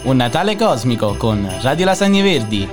Un Natale cosmico con Radio Lasagne Verdi.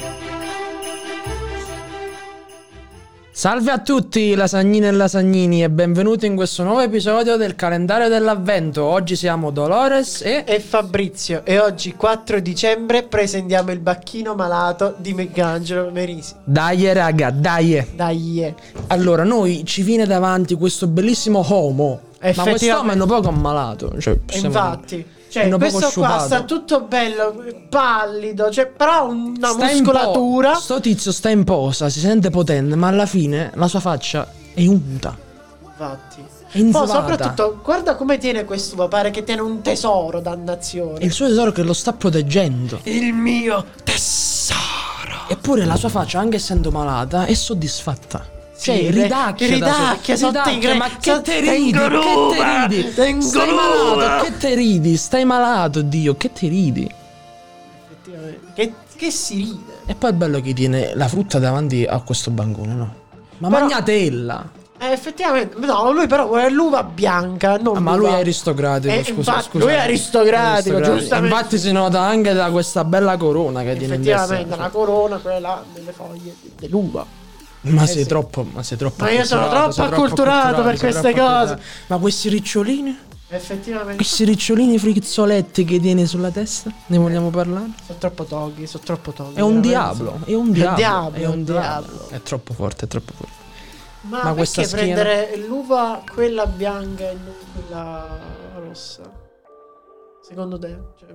Salve a tutti lasagnine e lasagnini e benvenuti in questo nuovo episodio del calendario dell'avvento. Oggi siamo Dolores e Fabrizio e oggi 4 dicembre presentiamo il bacchino malato di Michelangelo Merisi. Dai raga, dai. Allora, noi ci viene davanti questo bellissimo uomo, ma quest'uomo è un poco ammalato, cioè, infatti. Cioè, questo qua sta tutto bello, pallido, cioè, però una muscolatura. Sto tizio sta in posa, si sente potente, ma alla fine la sua faccia è unta. Infatti. È inzolata. Poi soprattutto, guarda come tiene questo, pare che tiene un tesoro, dannazione. È il suo tesoro che lo sta proteggendo. Il mio tesoro. Eppure la sua faccia, anche essendo malata, è soddisfatta. Cioè, ridacchia sotto i ma che te ridi? Stai malato, che te ridi? Stai malato, Dio, che ti ridi? Effettivamente, che si ride. E poi è bello che tiene la frutta davanti a questo bancone, no? Ma però, magnatella. Effettivamente, no, lui però vuole l'uva bianca, non ma lui è aristocratico, scusa. Lui è aristocratico, giustamente. Infatti si nota anche da questa bella corona che tiene in testa. Effettivamente, la corona, quella delle foglie dell'uva. Ma sei troppo. Ma io sono troppo acculturato per queste cose. Ma questi ricciolini? Effettivamente. Questi ricciolini frizzoletti che tieni sulla testa? Ne vogliamo parlare? Sono troppo toghi. È un diavolo. È un diavolo. È troppo forte. Ma questa perché prendere l'uva quella bianca e non quella rossa? Secondo te? Cioè,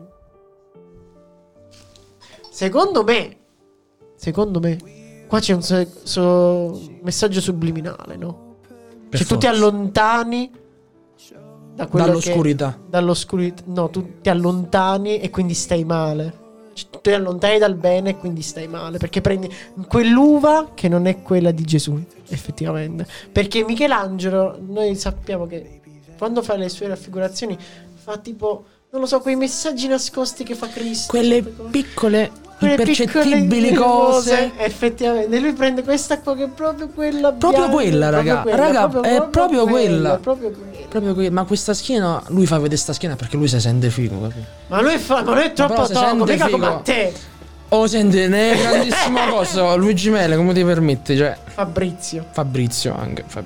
secondo me qua c'è un messaggio subliminale, no? Cioè tu ti allontani da dall'oscurità. No, tu ti allontani e quindi stai male. Cioè, tu ti allontani dal bene e quindi stai male. Perché prendi quell'uva che non è quella di Gesù, effettivamente. Perché Michelangelo, noi sappiamo che quando fa le sue raffigurazioni fa tipo, non lo so, quei messaggi nascosti che fa Cristo. Quelle piccole impercettibili cose. Effettivamente lui prende questa qua che è proprio quella bianca, quella, raga, è proprio quella. Ma questa schiena, lui fa vedere sta schiena perché lui si sente figo, capito? Ma lui è troppo toco, mica come a te. Senti, ne è grandissimo cosa Luigi Mele, come ti permetti, cioè Fabrizio.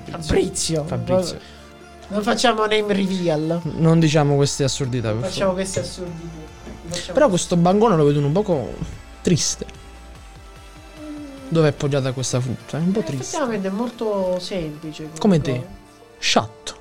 Non facciamo name reveal. Non diciamo queste assurdità, facciamo queste assurdità. Però questo bancone lo vedo un poco triste. Dove è appoggiata questa frutta? È un po' triste. Effettivamente è molto semplice. Come te. Sciatto.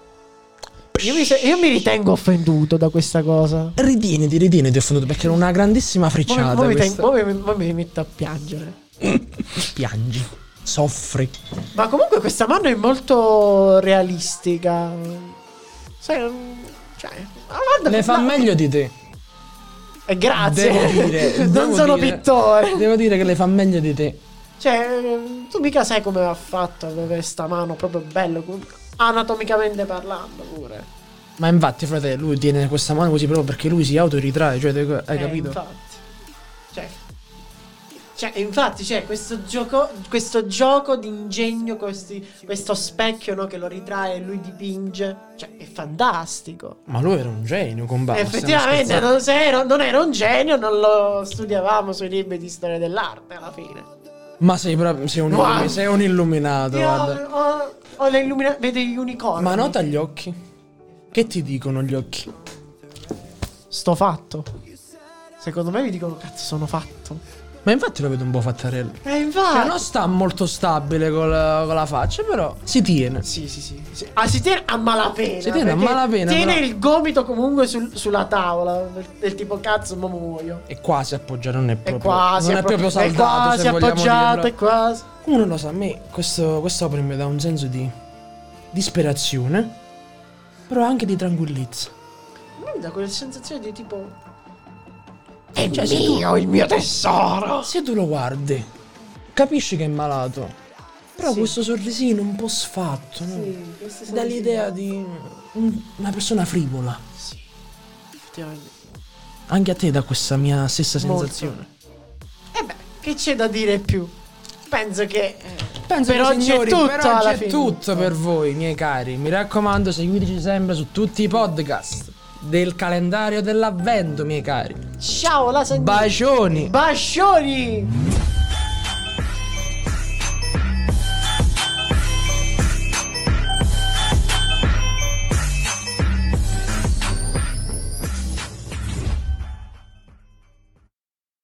Io mi ritengo offenduto da questa cosa. Ritieniti offenduto perché era una grandissima frecciata. Poi mi metto a piangere. Piangi. Soffri. Ma comunque questa mano è molto realistica. Cioè, le fa meglio di te. Grazie. Devo dire. Non sono pittore. Devo dire che le fa meglio di te. Cioè, tu mica sai come ha fatto avere sta mano proprio bello, anatomicamente parlando pure. Ma infatti, frate, lui tiene questa mano così proprio perché lui si autoritrae, cioè, hai capito? Infatti. Infatti c'è questo gioco di ingegno, questo specchio, no, che lo ritrae e lui dipinge. Cioè, è fantastico. Ma lui era un genio, combatto. Effettivamente non era un genio, non lo studiavamo sui libri di storia dell'arte alla fine. Ma sei un illuminato. Io ho le vedo gli unicorni. Ma nota gli occhi. Che ti dicono gli occhi? Sto fatto. Secondo me mi dicono cazzo sono fatto. Ma infatti lo vedo un po' fattarello. Infatti. Cioè non sta molto stabile con la faccia, però si tiene. Sì. Si tiene a malapena. Tiene però il gomito comunque sulla tavola. Del tipo cazzo, mo muoio. È quasi appoggiato, non è proprio. È proprio saldato. È quasi appoggiato, è quasi. Uno lo sa, a me quest'opera mi dà un senso di disperazione, però anche di tranquillezza. Mi dà quella sensazione di tipo è il mio tesoro. Se tu lo guardi, capisci che è malato. Però questo sorrisino un po' sfatto, no? Dà l'idea di una persona frivola. Sì, effettivamente. Anche a te dà questa mia stessa sensazione. Che c'è da dire più? Penso che per oggi signori, è tutto, per oggi alla è fine. Tutto per voi, miei cari. Mi raccomando, seguiteci sempre su tutti i podcast. del calendario dell'avvento, miei cari. Ciao, lasagne. Bacioni. Bacioni.